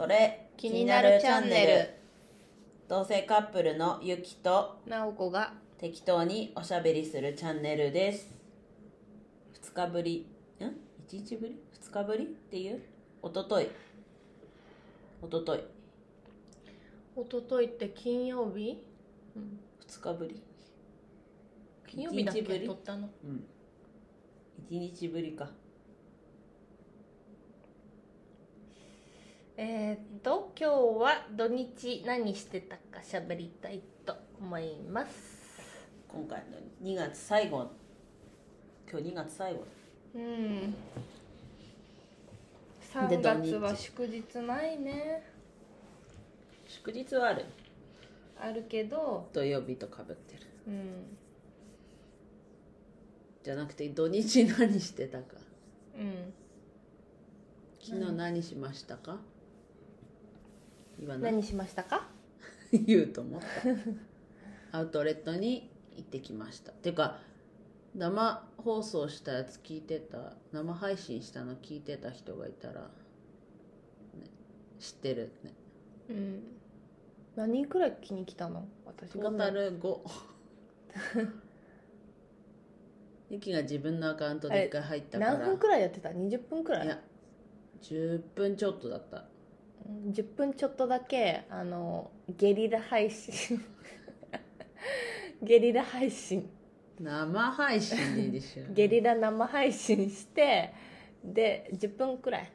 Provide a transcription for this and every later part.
それ気になるチャンネル。 同性カップルのゆきとなおこが適当におしゃべりするチャンネルです。2日ぶり1日ぶり2日ぶりっていうおとといって金曜日、 2日ぶり金曜日だっけ一日ぶり撮ったの。 1日ぶりか。 今日は土日何してたか喋りたいと思います。 今回の2月最後、今日2月最後 3月は祝日ないね。 祝日はあるけど土曜日とかぶってる、じゃなくて土日何してたか。昨日何しましたか。言わない。 何しましたか言うと思ったアウトレットに行ってきました。ていうか生放送したやつ聞いてた、生配信したの聞いてた人がいたら、知ってるね。 何人くらい気に来たの。私トータル5ゆきが自分のアカウントで1回入ったから。 何分くらいやってた。20分くらい。 いや10分ちょっとだった。 10分ちょっとだけゲリラ配信ゲリラ配信生配信でいいでしょゲリラ生配信してで10分くらい、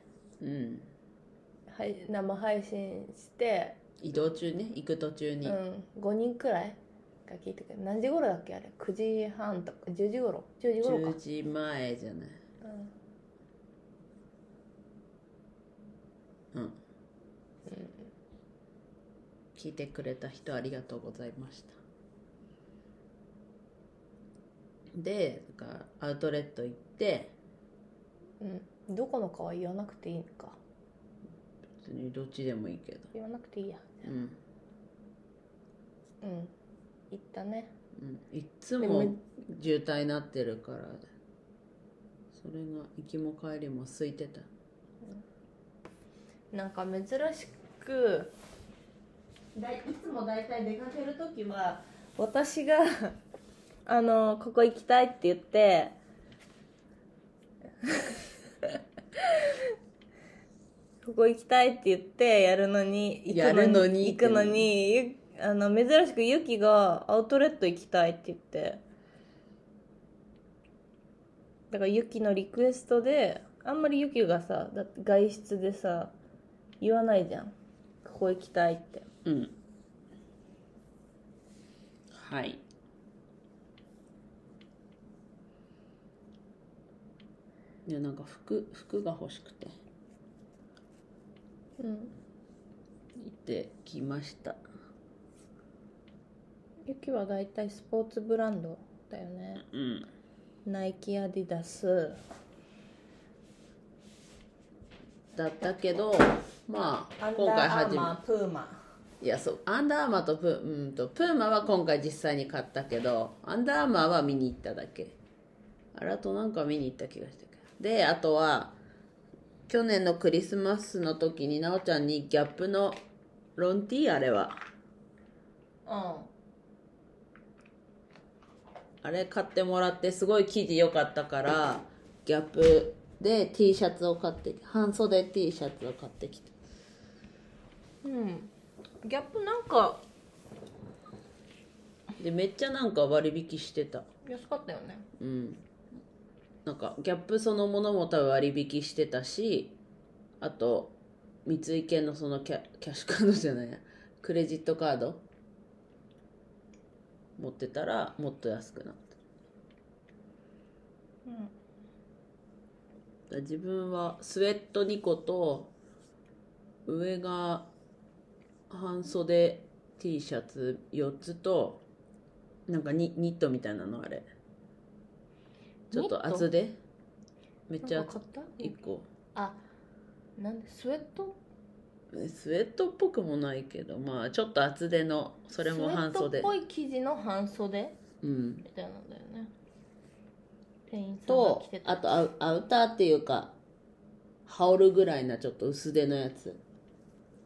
生配信して移動中ね、行く途中に、 5人くらいが聞いてくれ。何時頃だっけあれ。9時半とか10時頃10時頃か。 10時前じゃない。聞いてくれた人ありがとうございました。でアウトレット行って、 どこのかは言わなくていいか。 別にどっちでもいいけど言わなくていいや。行ったね。 いつも渋滞になってるから、それが行きも帰りも空いてた。 なんか珍しくいつもだいたい出かけるときは私がここ行きたいって言ってここ行きたいって言って行くのに珍しくユキがアウトレット行きたいって言って、だからユキのリクエストで、あんまりユキがさ、だって外出でさ言わないじゃん、ここ行きたいって。 はい。いや、なんか服が欲しくて行ってきました。 ユキはだいたいスポーツブランドだよね。ナイキ、アディダスだったけど、まあ今回初めてプーマ。 いや、そうアンダーアーマーとプーマは今回実際に買ったけど、アンダーアーマーは見に行っただけ。あれとなんか見に行った気がしたけど。で、あとは去年のクリスマスの時になおちゃんにギャップのロンティー、あれはあれ買ってもらって、すごい生地良かったから、ギャップで T シャツを買って、半袖 T シャツを買ってきて。 ギャップなんかでめっちゃなんか割引してた。 安かったよね。 なんかギャップそのものも多分割引してたし、あと三井系のそのキャッシュカードじゃないや、クレジットカード持ってたらもっと安くなった。自分はスウェット2個と上が半袖 T シャツ4つと、なんかニットみたいなの、あれちょっと厚手、めっちゃ厚い1個。 なんでスウェットっぽくもないけど、まあちょっと厚手の、それも半袖、 スウェットっぽい生地の半袖みたいなんだよね。店員さんが着てた。 あとアウターっていうか羽織るぐらいなちょっと薄手のやつ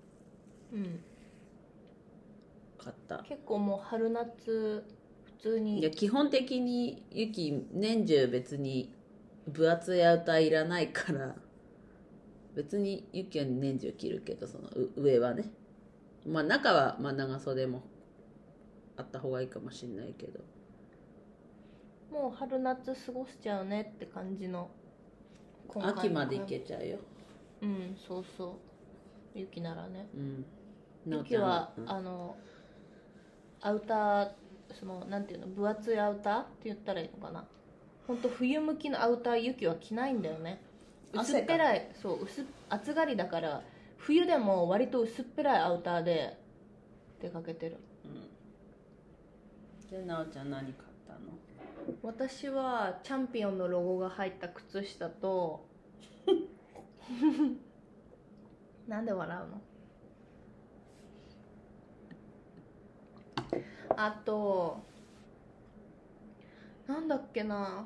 うん買った。 結構もう春夏普通に。 いや基本的に雪年中別に分厚いアウターいらないから別に雪は年中着るけど、その上はね、まあ中はまあ長袖もあった方がいいかもしれないけど、 もう春夏過ごしちゃうねって感じの。 秋まで行けちゃうよ。 うんそうそう雪ならね。 うん雪は、アウター、そのなんていうの、分厚いアウターって言ったらいいのかな、ほんと冬向きのアウター雪は着ないんだよね。薄っぺらい、そう暑がりだから冬でも割と薄っぺらいアウターで出かけてる。 でなおちゃん何買ったの？ 私はチャンピオンのロゴが入った靴下となんで笑うの？あとなんだっけな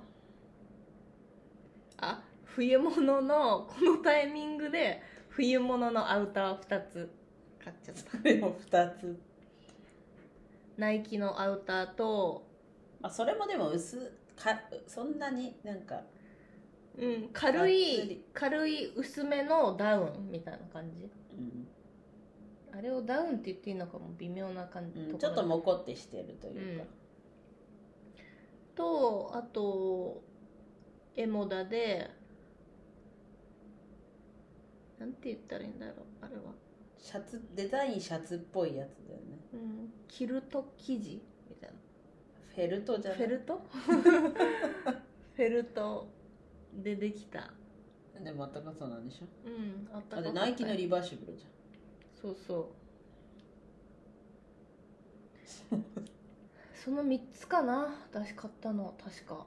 あ、冬物のこのタイミングで冬物のアウター2つ買っちゃった。 でも2つ。 ナイキのアウターと、 まあ、それもでもそんなになんか、 うん、軽い薄めのダウンみたいな感じ、あれをダウンって言っていいのかも微妙な感じ、 ちょっとモコってしてるというか、 とあとエモダでなんて言ったらいいんだろう、あれはデザインシャツっぽいやつだよね、 キルト生地みたいな。 フェルトじゃない？ フェルトフェルトでできた。 でもあったかそうなんでしょ。 あったかでナイキのリバーシブルじゃん。 そうそうその3つかな私買ったの。確か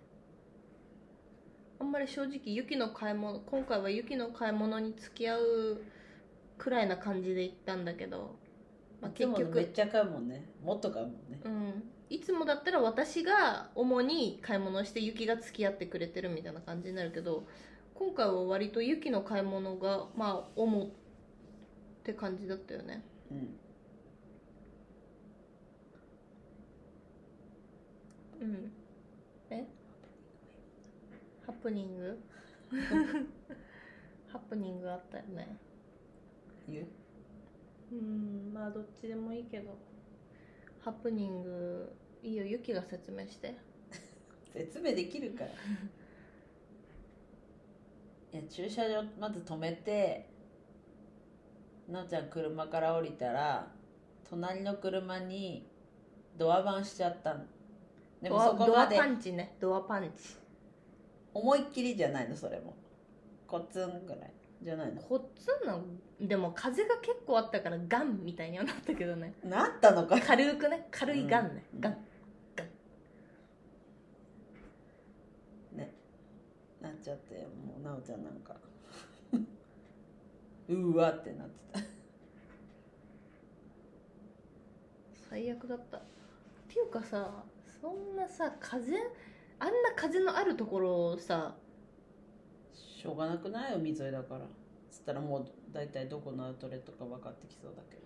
あんまり正直今回は雪の買い物に付き合うくらいな感じで行ったんだけど、 結局めっちゃ買うもんね。もっと買うもんね。 いつもだったら私が主に買い物して雪が付き合ってくれてるみたいな感じになるけど、今回は割と雪の買い物が主って感じだったよね。ハプニングハプニングあったよね。まあどっちでもいいけど、ハプニングいいよ、ユキが説明して説明できるからいや駐車場まず止めて、なおちゃん車から降りたら隣の車にドアバンしちゃったの。でもそこまでドアパンチね、ドアパンチ思いっきりじゃないの。それもコツンぐらいじゃないの。 コツンのでも風が結構あったからガンみたいにはなったけどね。 なったのか。 軽くね、軽いガンね、ガンね、なっちゃって、もうなおちゃんなんかうわってなってた最悪だった。っていうかさ、そんなさあんな風のあるところをさ、 しょうがなくない？海沿いだからつったらもう大体どこのアウトレットか分かってきそうだけど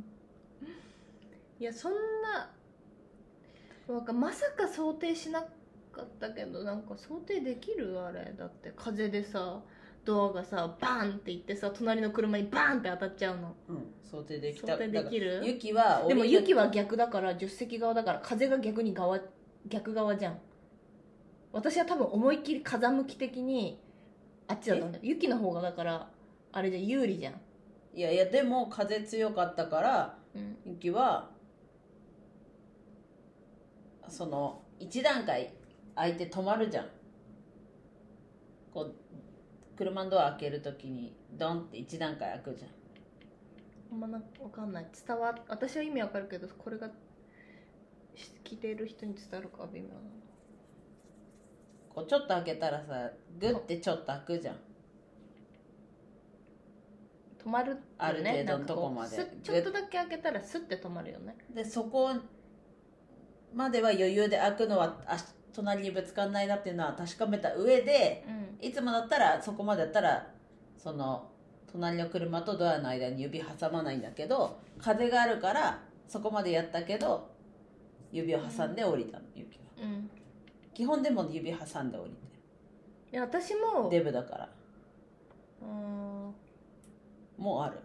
いやそんなまさか想定しなかったけど、なんか想定できる？あれだって風でさドアがさバーンっていってさ隣の車にバーンって当たっちゃうの。 想定できた。 想定できる？ 雪はでも雪は逆だから、助手席側だから風が逆側じゃん。私は多分思いっきり風向き的にあっちだったんだよ。雪の方がだからあれじゃ有利じゃん。 いやでも風強かったから、雪はその一段階開いて止まるじゃん。こう車のドア開けるときにドンって一段階開くじゃん。 あんま分かんない。私は意味わかるけど、これが聞いている人に伝わるかは微妙なの。 こうちょっと開けたらさグッてちょっと開くじゃん。 止まるってね、 ある程度のとこまでちょっとだけ開けたらスッて止まるよね。 でそこまでは余裕で開くのは隣にぶつかんないなっていうのは確かめた上で、いつもだったらそこまでだったらその隣の車とドアの間に指挟まないんだけど、風があるからそこまでやったけど指を挟んで降りたの、ユキは。基本でも指挟んで降りていや私もデブだから。もうある。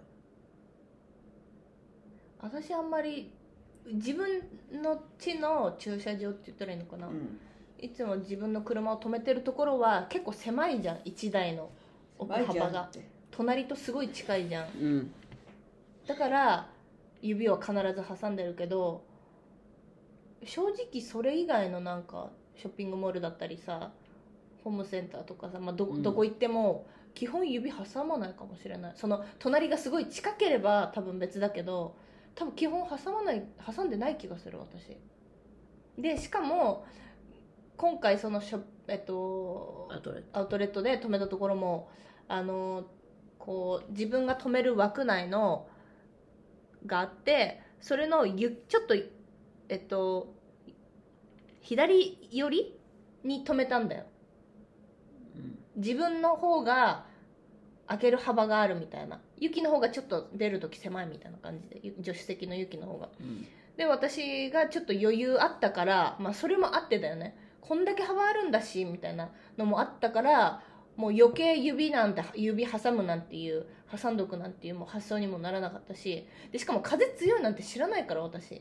私あんまり自分の地の駐車場って言ったらいいのかな、いつも自分の車を止めてるところは結構狭いじゃん、1台の奥幅が隣とすごい近いじゃん、だから指を必ず挟んでるけど、正直それ以外のなんかショッピングモールだったりさ、ホームセンターとかさ、どこ行っても基本指挟まないかもしれない。その隣がすごい近ければ多分別だけど、多分基本挟んでない気がする私で。しかも今回そのアウトレットで止めたところもこう自分が止める枠内のがあって、それのちょっと左寄りに止めたんだよ、自分の方が開ける幅があるみたいな、雪の方がちょっと出るとき狭いみたいな感じで、助手席の雪の方が、で私がちょっと余裕あったから、それもあってだよね、こんだけ幅あるんだしみたいなのもあったから、もう余計指挟むなんていう挟んどくなんていうもう発想にもならなかったし、でしかも風強いなんて知らないから私、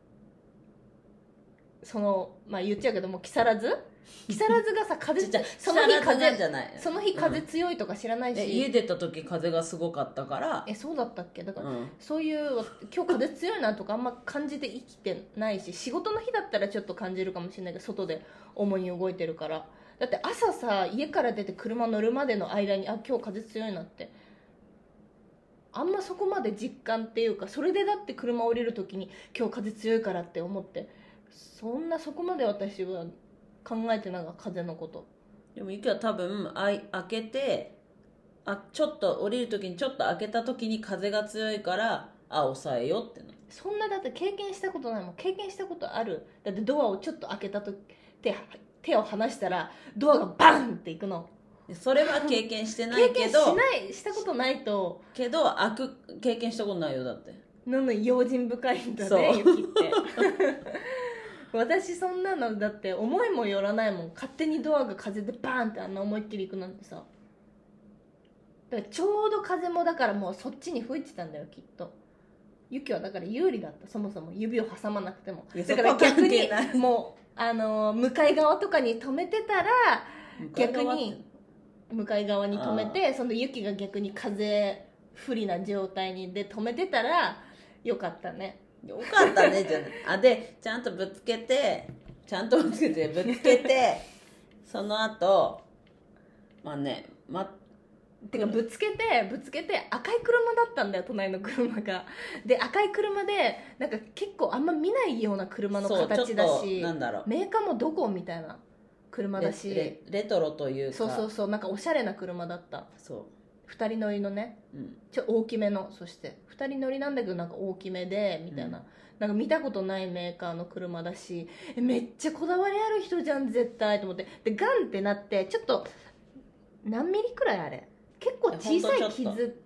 言っちゃうけども木更津がさその日風強いとか知らないし、 家出た時風がすごかったから。 そうだったっけ。だから、そういう今日風強いなとかあんま感じて生きてないし、仕事の日だったらちょっと感じるかもしれないけど、外で主に動いてるから。だって朝さ、家から出て車乗るまでの間に今日風強いなってあんまそこまで実感っていうか、それでだって車降りる時に今日風強いからって思って、そこまで私は考えてなかった風のこと。 でもゆきは多分開けてちょっと降りる時にちょっと開けた時に風が強いから抑えよっての。 そんなだって経験したことないもん。経験したことある。だってドアをちょっと開けた時手を離したらドアがバンっていくの。 それは経験してないけどしたことないとけど経験したことないよ。だって用心深いんだねゆきって私そんなのだって思いもよらないもん。勝手にドアが風でバーンってあんな思いっきりいくなんてさ。だからちょうど風もだからもうそっちに吹いてたんだよきっと。ゆきはだから有利だった、そもそも指を挟まなくても。だから逆にもう向かい側とかに止めてたら、逆に向かい側に止めて、そのゆきが逆に風不利な状態にで止めてたらよかったね。 よかったねじゃないでちゃんとぶつけてその後てかぶつけて赤い車だったんだよ、隣の車が。で赤い車でなんか結構あんま見ないような車の形だし、 なんだろう、 メーカーもどこみたいな車だし、 レトロというか、 そうなんかおしゃれな車だった。2人乗りのね、大きめの、そして2人乗りなんだけどなんか大きめでみたいな、なんか見たことないメーカーの車だし、めっちゃこだわりある人じゃん絶対と思って。でガンってなって、ちょっと何ミリくらいあれ、結構小さい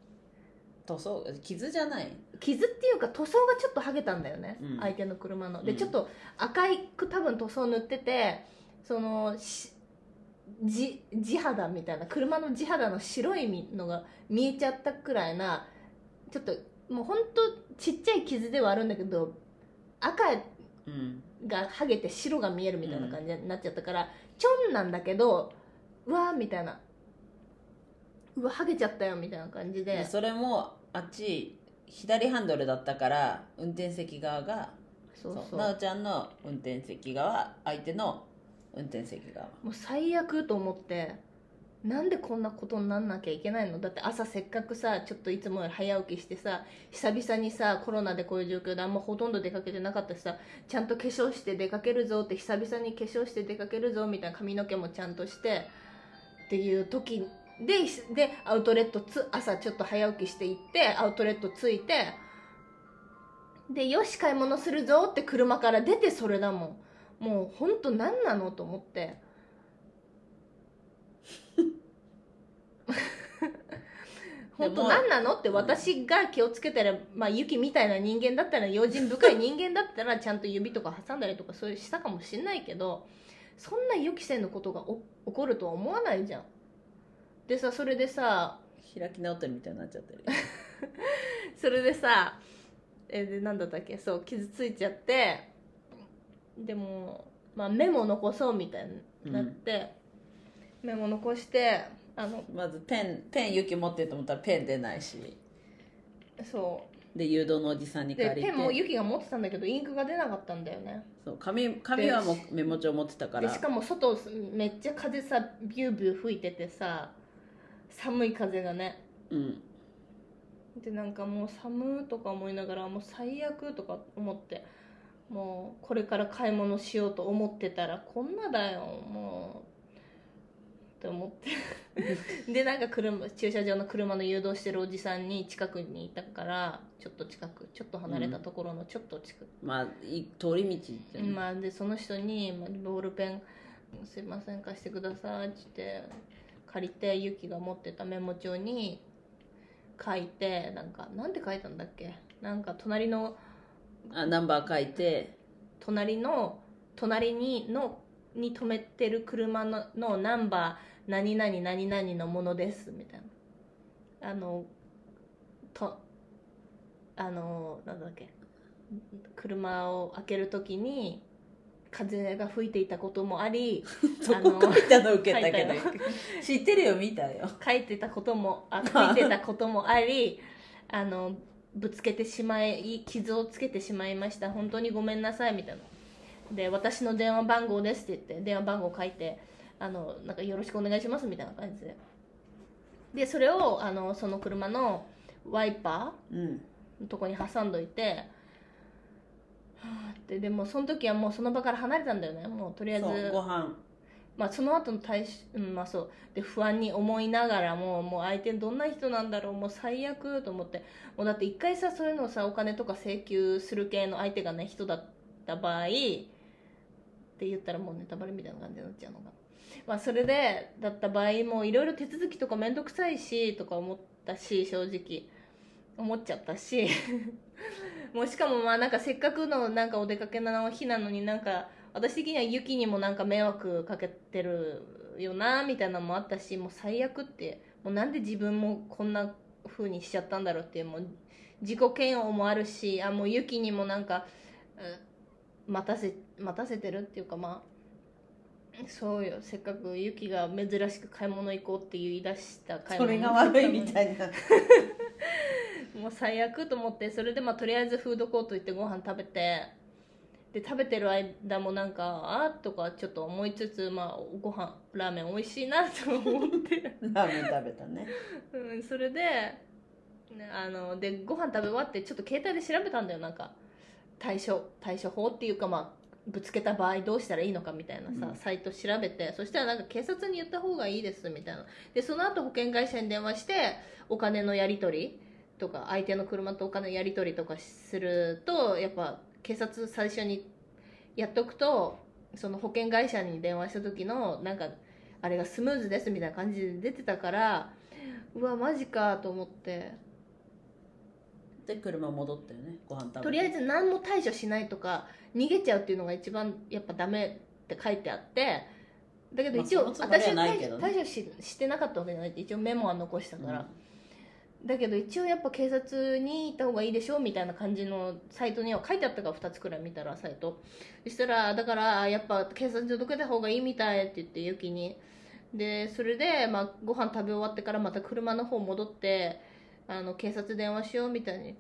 傷じゃない、 傷っていうか塗装がちょっと剥げたんだよね、相手の車の。でちょっと赤い多分塗装塗ってて、その地肌みたいな、車の地肌の白いのが見えちゃったくらいな、ちょっともうほんとちっちゃい傷ではあるんだけど、赤が剥げて白が見えるみたいな感じになっちゃったから、ちょんなんだけど、うわーみたいな、うわ剥げちゃったよみたいな感じで。 それも左ハンドルだったから、運転席側がなおちゃんの運転席側、相手の運転席側、 もう最悪と思って、なんでこんなことになんなきゃいけないの。だって朝せっかくさ、ちょっといつもより早起きしてさ、久々にさ、コロナでこういう状況であんまほとんど出かけてなかったしさ、ちゃんと化粧して出かけるぞって、久々に化粧して出かけるぞみたいな、髪の毛もちゃんとしてっていう時でアウトレット朝ちょっと早起きして行ってアウトレット着いて、でよし買い物するぞって車から出て、それだもん。もうほんと何なのと思って本当何なのって私が気をつけたら、まあユキみたいな人間だったら、用心深い人間だったらちゃんと指とか挟んだりとかそういうしたかもしれないけど、そんな予期せぬことが起こるとは思わないじゃん。でさ、それでさ、 開き直ってるみたいになっちゃってるそれでさ、で何だったっけ、そう傷ついちゃって、でも、まあ、メモ残そうみたいになって、メモ残して、 まずペンユキ持ってると思ったらペン出ないし、 そうで誘導のおじさんに借りて、 でペンもユキが持ってたんだけどインクが出なかったんだよね。 そう紙はもうメモ帳持ってたから、 でしかも外めっちゃ風さビュービュー吹いててさ、寒い風がね、でなんかもう寒とか思いながら、もう最悪とか思って、もうこれから買い物しようと思ってたらこんなだよもうって思ってでなんか駐車場の車の誘導してるおじさんに近くにいたから、ちょっと離れたところのちょっと近く、 まあ通り道じゃん、 まあ、でその人にボールペンすいません貸してくださいって言って借りて、ユキが持ってたメモ帳に書いて、なんて書いたんだっけ、なんか隣のナンバー書いて、 隣に止めてる車のナンバー何々何々のものですみたいな、なんだっけ、車を開けるときに風が吹いていたこともありそこ書いたの受けたけど書い知ってるよ、見たよ、 書いてたことも吹いてたこともありぶつけてしまい傷をつけてしまいました、本当にごめんなさいみたいな。で私の電話番号ですって言って電話番号書いて、なんかよろしくお願いしますみたいな感じで、それをその車のワイパーのとこに挟んどいて、でもその時はもうその場から離れたんだよね。もうとりあえずご飯、 まあ、その後のまあそうで不安に思いながらもう相手どんな人なんだろう、もう最悪と思って、もうだって一回さそういうのをさお金とか請求する系の相手がね人だった場合って言ったらもうネタバレみたいな感じになっちゃうのが、まあ、それでだった場合もいろいろ手続きとか面倒くさいしとか思ったし、正直思っちゃったしもうしかもまあなんかせっかくのなんかお出かけの日なのに、なんか私的にはユキにもなんか迷惑かけてるよなみたいなのもあったし、もう最悪って、もうなんで自分もこんな風にしちゃったんだろうっていう、もう自己嫌悪もあるし、もうユキにもなんか待たせてるっていうか、まあそうよ、せっかくユキが珍しく買い物行こうって言い出した買い物、 それが悪いみたいなもう最悪と思って、それでまあとりあえずフードコート行ってご飯食べて、で食べてる間もなんかとかちょっと思いつつ、まあご飯ラーメン美味しいなと思ってラーメン食べたねそれででご飯食べ終わってちょっと携帯で調べたんだよ、なんか対処法っていうか、まあぶつけた場合どうしたらいいのかみたいなさ、サイト調べて、そしたらなんか警察に言った方がいいですみたいな。でその後保険会社に電話してお金のやり取りとか、相手の車とお金のやり取りとかすると、やっぱ警察最初にやっとくと、その保険会社に電話した時のなんかあれがスムーズですみたいな感じで出てたから、うわマジかと思って、 で車戻ったよね、ご飯食べて。 とりあえず何も対処しないとか逃げちゃうっていうのが一番やっぱダメって書いてあって、だけど一応、 まあそのつもり私ははないけどね対処してなかったわけじゃないって一応メモは残したから、だけど一応やっぱ警察に行った方がいいでしょみたいな感じのサイトには書いてあったから2つくらい見たら、サイトそしたら、だからやっぱ警察に届けた方がいいみたいって言ってユキに、でそれで、まあ、ご飯食べ終わってからまた車の方戻って警察電話しようみたいに言って、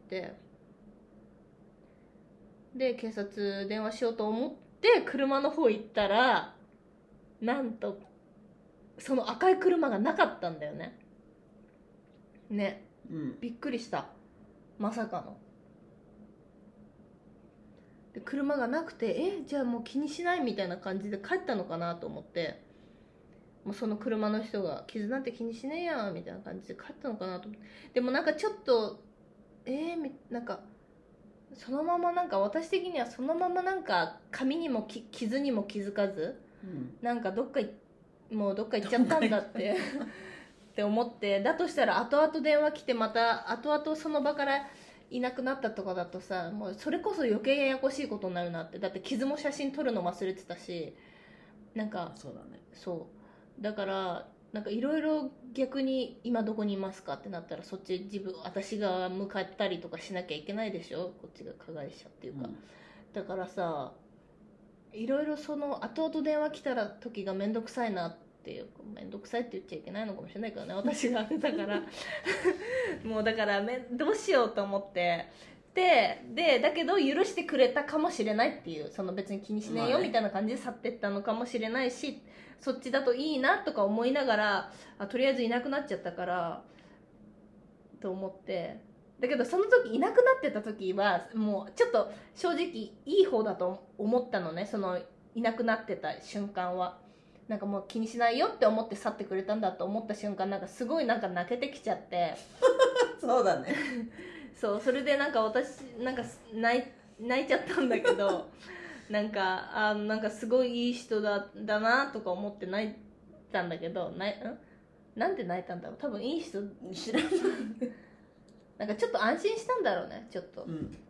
で警察電話しようと思って車の方行ったら、なんとその赤い車がなかったんだよね。びっくりした、まさかの。で車がなくて、じゃあもう気にしないみたいな感じで帰ったのかなと思って、もうその車の人が傷なんて気にしねえやみたいな感じで帰ったのかなと思って、でもなんかちょっとなんかそのままなんか私的にはそのままなんか髪にも傷にも気づかず、なんかどっか行っちゃったんだってって思って、だとしたら後々電話来てまた後々その場からいなくなったとかだとさ、もうそれこそ余計ややこしいことになるなって。だって傷も写真撮るの忘れてたし、なんかそうだね。 そうだからなんかいろいろ逆に今どこにいますかってなったらそっち私が向かったりとかしなきゃいけないでしょ、こっちが加害者っていうか、だからさ、いろいろその後々電話来たら時がめんどくさいなっていうか、めんどくさいって言っちゃいけないのかもしれないからね、私が当てたからもうだからどうしようと思って、でだけど許してくれたかもしれないっていう、その別に気にしねえよみたいな感じで去ってったのかもしれないし、そっちだといいなとか思いながら、とりあえずいなくなっちゃったからと思って、だけどその時いなくなってた時はもうちょっと正直いい方だと思ったのね。そのいなくなってた瞬間はなんかもう気にしないよって思って去ってくれたんだと思った瞬間、なんかすごいなんか泣けてきちゃってそうだね。 そうそれでなんか私なんか泣いちゃったんだけどなんかすごいいい人だなとか思って泣いたんだけど、なんで泣いたんだろう、多分いい人知らないなんかちょっと安心したんだろうね、ちょっと、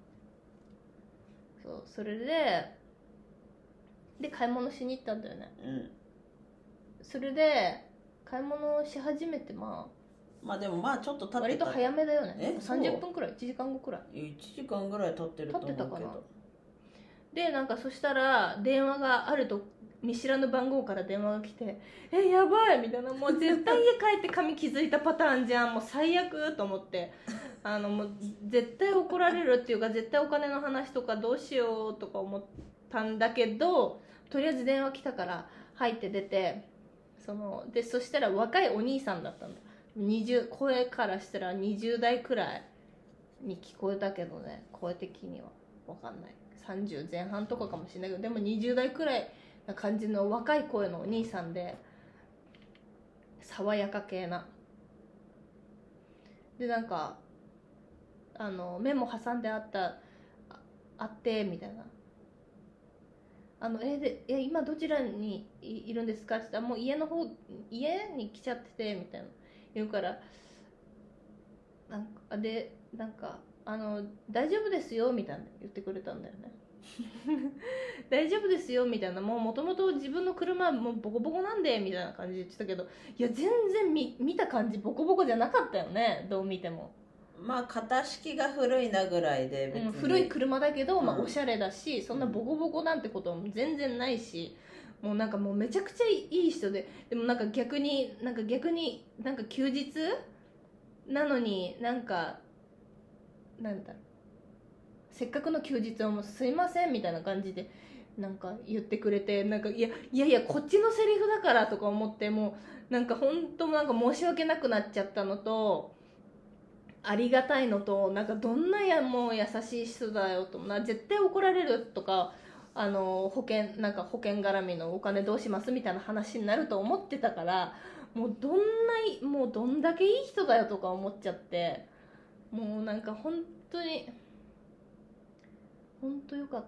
そうそれで買い物しに行ったんだよね、それで買い物し始めてまあでもまあちょっと経ってた、 割と早めだよね。 そう 30分くらい、1時間後くらい 1時間ぐらい経ってると思うけど。 経ってたかな。でなんかそしたら電話があると見知らぬ番号から電話が来て、やばいみたいな、もう絶対家帰って髪気づいたパターンじゃん、もう最悪と思ってもう絶対怒られるっていうか、絶対お金の話とかどうしようとか思ったんだけど、とりあえず電話来たから入って出て、そしたら若いお兄さんだったんだ。声からしたら20代くらいに聞こえたけどね、声的には分かんない、30前半とかかもしれないけど、でも20代くらいな感じの若い声のお兄さんで、爽やか系なで、なんか目も挟んであってみたいな、今どちらにいるんですかって言ったら、もう家に来ちゃっててみたいな言うから、なんか大丈夫ですよみたいな言ってくれたんだよね大丈夫ですよみたいな、もともと自分の車もうボコボコなんでみたいな感じで言ってたけど、いや全然見た感じボコボコじゃなかったよね、どう見ても。 まあ型式が古いなぐらいで別に、 古い車だけど、おしゃれだし、そんなボコボコなんてことも全然ないし、もうなんかもうめちゃくちゃいい人で、でもなんか逆になんか休日なのになんだろう、せっかくの休日はもうすいませんみたいな感じでなんか言ってくれて、なんかいやこっちのセリフだからとか思って、もうなんか本当なんか申し訳なくなっちゃったのと、ありがたいのと、なんかどんなもう優しい人だよと、絶対怒られるとか、保険絡みのお金どうしますみたいな話になると思ってたから、もうどんだけいい人だよとか思っちゃって、もうなんか本当よかった。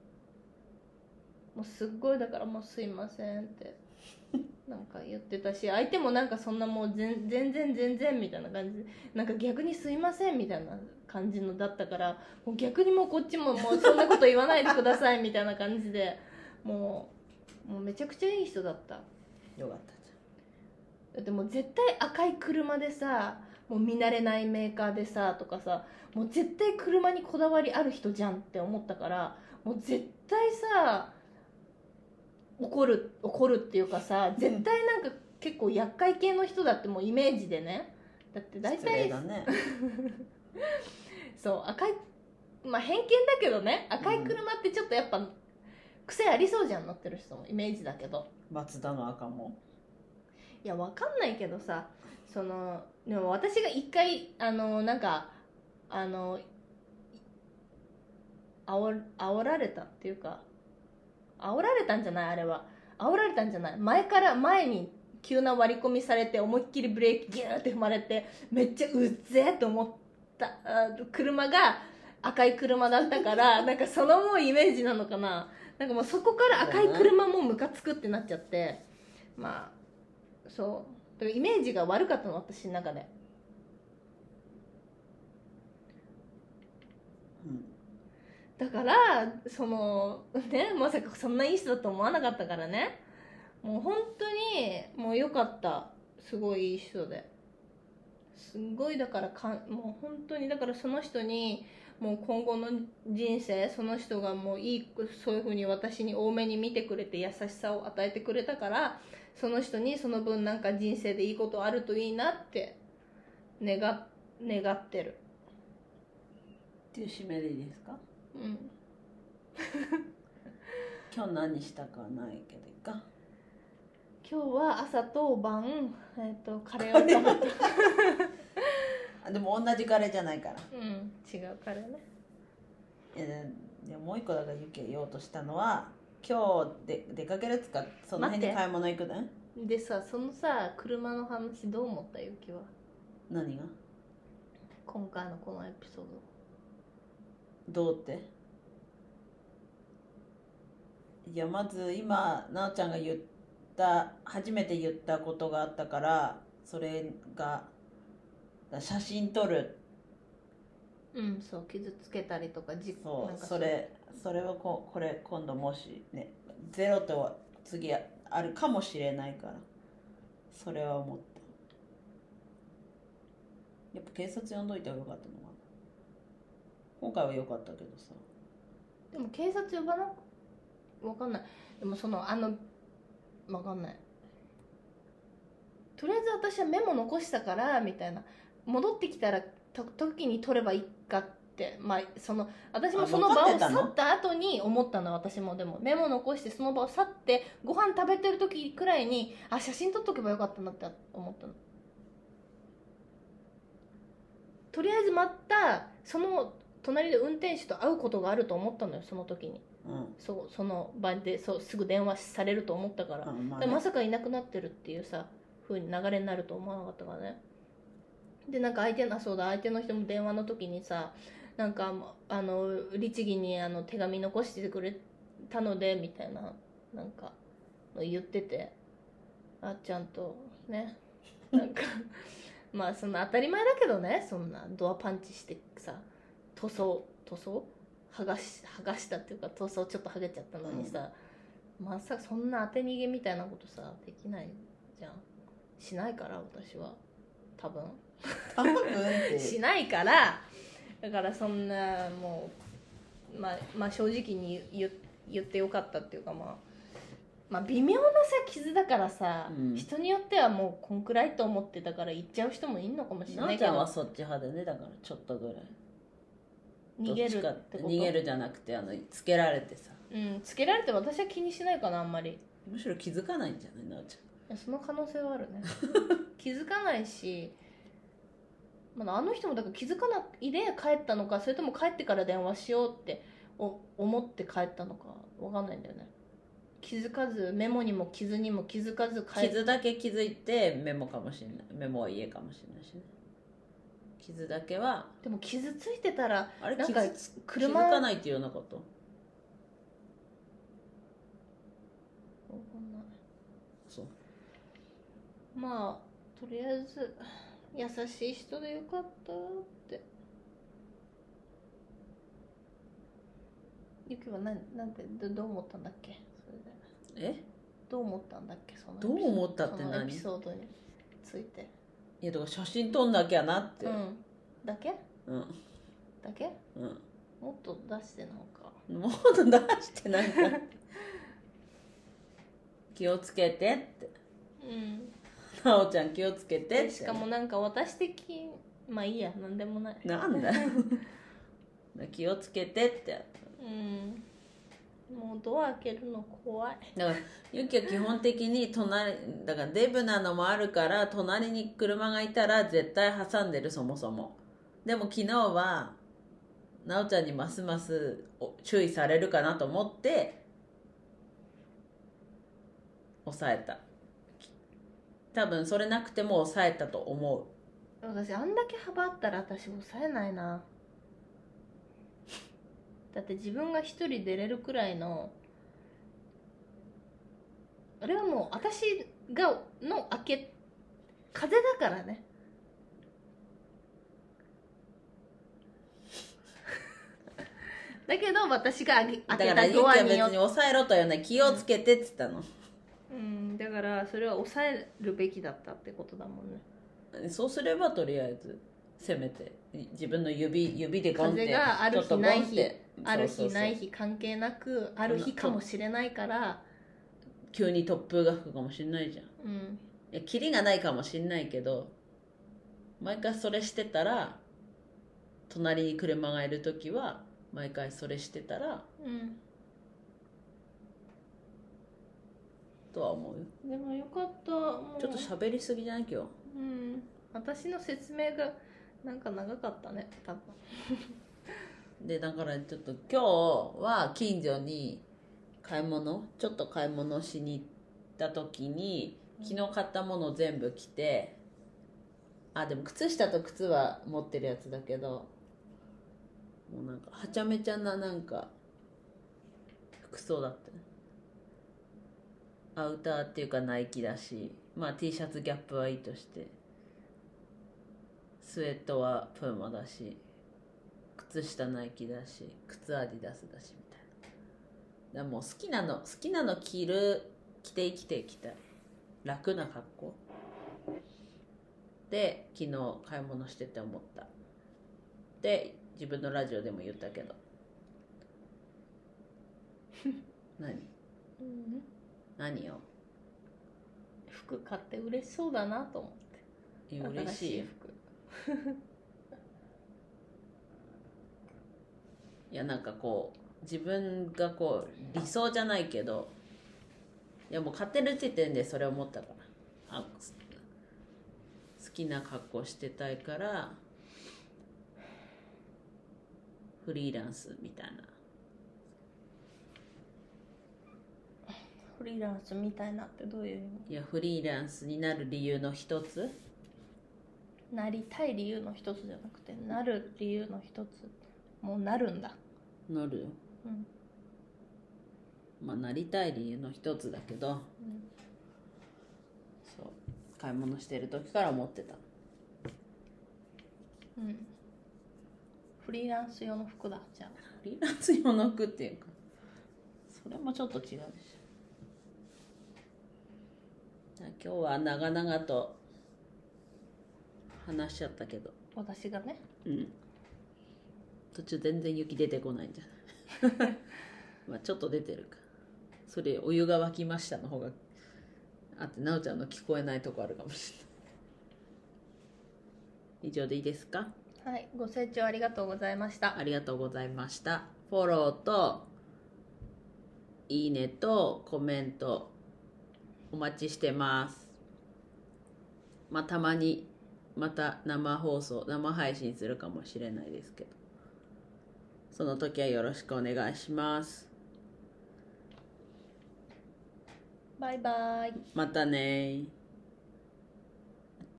もうすっごいだから、もうすいませんってなんか言ってたし、相手もなんかそんなもう全然みたいな感じで、なんか逆にすいませんみたいな感じのだったから、もう逆にもうこっちももうそんなこと言わないでくださいみたいな感じで、もうめちゃくちゃいい人だった。 よかったじゃん。だってもう絶対赤い車でさ、もう見慣れないメーカーでさとかさ、もう絶対車にこだわりある人じゃんって思ったから、もう絶対さ怒るっていうかさ、絶対なんか結構厄介系の人だってもうイメージでね。だって大体だねそう赤い、偏見だけどね、赤い車ってちょっとやっぱ癖ありそうじゃん、乗ってる人もイメージだけど。 マツダの赤もいやわかんないけどさ、でも私が一回なんか煽られたっていうか、煽られたんじゃない、あれは煽られたんじゃない、前に急な割り込みされて思いっきりブレーキギューって踏まれて、めっちゃうっぜーと思った車が赤い車だったからなんかそのもうイメージなのかな、なんかもうそこから赤い車もムカつくってなっちゃって、そうからイメージが悪かったの、私の中で。だからそのね、まさかそんないい人だと思わなかったからね、もう本当にもう良かった。すごいいい人ですごい、だからもう本当に、だからその人にもう今後の人生、その人がもういい、そういう風に私に多めに見てくれて優しさを与えてくれたから、その人にその分なんか人生でいいことあるといいなって願ってるっていう締めでいいですか？ うん。 今日何したかはないけどいいか。 今日は朝と晩、カレーを食べた。 でも同じカレーじゃないから。 うん、違うカレーね。 でもう一個だからユキが言おうとしたのは、今日出かけるっつか、その辺に買い物行くね。 でさ、そのさ、車の話どう思った？ユキは何が？ 今回のこのエピソーどうって？いや、まず今なおちゃんが初めて言ったことがあったから、それが写真撮る。 ド。うん、そう、傷つけたりとかそう、 なんかそれをこれ今度もしね、ゼロとは次あるかもしれないから、それは思った。やっぱ警察呼んどいた方がよかったのかな。今回は良かったけどさ。 でも警察呼ばなわかんない。でもわかんない。とりあえず私はメモ残したからみたいな、戻ってきたら時に取ればいいかって、まあ私もその場を去った後に思ったの。私もでもメモ残してその場を去ってご飯食べてる時くらいに、写真撮っとけばよかったなって思ったの。とりあえずまたその隣で運転手と会うことがあると思ったのよ、その時に。その場ですぐ電話されると思ったから、まさかいなくなってるっていうさ風に流れになると思わなかったからね。でなんか相手の人も電話の時にさ、なんか律儀に手紙残してくれたのでみたいななんか言ってて、ちゃんとね、なんかまあその当たり前だけどね、そんなドアパンチしてさ、塗装剥がしたっていうか塗装ちょっと剥げちゃったのにさ、まさかそんな当て逃げみたいなことさできないじゃん。しないから私は多分しないから、だからそんなもうまあ正直に言ってよかったっていうか、まあ微妙なさ傷だからさ、人によってはもうこんくらいと思ってたから言っちゃう人もいんのかもしれないけど、 なおちゃんはそっち派でね、だからちょっとぐらい逃げるってこと？ 逃げるじゃなくてつけられてさ、 つけられて私は気にしないかな、あんまり。 むしろ気づかないんじゃない、なおちゃん。 その可能性はあるね。気づかないし、あの人もだから気づかないで帰ったのか、それとも帰ってから電話しようって思って帰ったのか分かんないんだよね。気づかず、メモにも傷にも気づかず傷だけ気づいてメモかもしれない、メモは家かもしれないしね。傷だけは。 でも傷ついてたらあれ、 なんか気づかないっていうようなこと。 分かんない。 そう。 まあとりあえず優しい人でよかったって。ゆきはなんかどう思ったんだっけ、それで。どう思ったんだっけ、そのどう思ったって何？ そのエピソードについて。 いやだから写真撮んなきゃなって。 だけ？だけ？もっと出してなんか。 もっと出してなんか。気をつけてって。なおちゃん気をつけてって。 しかもなんか私的、まあいいや、なんでもない。 なんだよ。気をつけてってやった。 もうドア開けるの怖い。 だからゆきは基本的にだからデブなのもあるから隣に車がいたら絶対挟んでる、そもそも。でも昨日はなおちゃんにますます注意されるかなと思って抑えた。多分それなくても抑えたと思う。 私あんだけ幅あったら私抑えないな。だって自分が一人出れるくらいの、あれはもう私の開け風邪だからね。だけど私が開だけたからゆきはドアによって、 別に抑えろとは言わない、気をつけてって言ったの、 だからそれは抑えるべきだったってことだもんね。 そうすればとりあえずせめて自分の指でゴンって風がある日ない日、ある日ない日日関係なく、ある日かもしれないから、 急に突風が吹くかもしれないじゃん。いやキリがないかもしれないけど、毎回それしてたら、隣に車がいる時は毎回それしてたら、とは思うよ。 でもよかった。もうちょっと喋りすぎじゃない今日。 私の説明がなんか長かったね多分。 でだからちょっと今日は近所にちょっと買い物しに行った時に、昨日買ったもの全部着て、でも靴下と靴は持ってるやつだけど、もうなんかはちゃめちゃななんか服装だったね。アウターっていうかナイキだし、T シャツギャップはいいとして、スウェットはプーマだし、靴下ナイキだし、靴アディダスだしみたいな。だからもう好きなの着て生きていきたい、楽な格好で昨日買い物してて思った。で自分のラジオでも言ったけど何よ。 服買って嬉しそうだなと思って。 嬉しいよ服。 いやなんかこう自分がこう理想じゃないけど、いやもう買ってる時点でそれ思ったから、好きな格好してたいからフリーランスみたいな。 フリーランスみたいなってどういう意味？ いやフリーランスになる理由の一つ、 なりたい理由の一つじゃなくて、なる理由の一つ。もうなるんだ。 なるよ。なりたい理由の一つだけど、そう買い物してる時から思ってた。 フリーランス用の服だ。じゃあフリーランス用の服っていうか、それもちょっと違うでしょ。今日は長々と話しちゃったけど、 私がね、 途中全然雪出てこないんじゃないちょっと出てるか。それお湯が沸きましたの方があって、なおちゃんの聞こえないとこあるかもしれない。以上でいいですか？ はい、ご清聴ありがとうございました。 ありがとうございました。フォローといいねとコメントお待ちしてます。たまにまた生配信するかもしれないですけど、その時はよろしくお願いします。 バイバイ。 またね。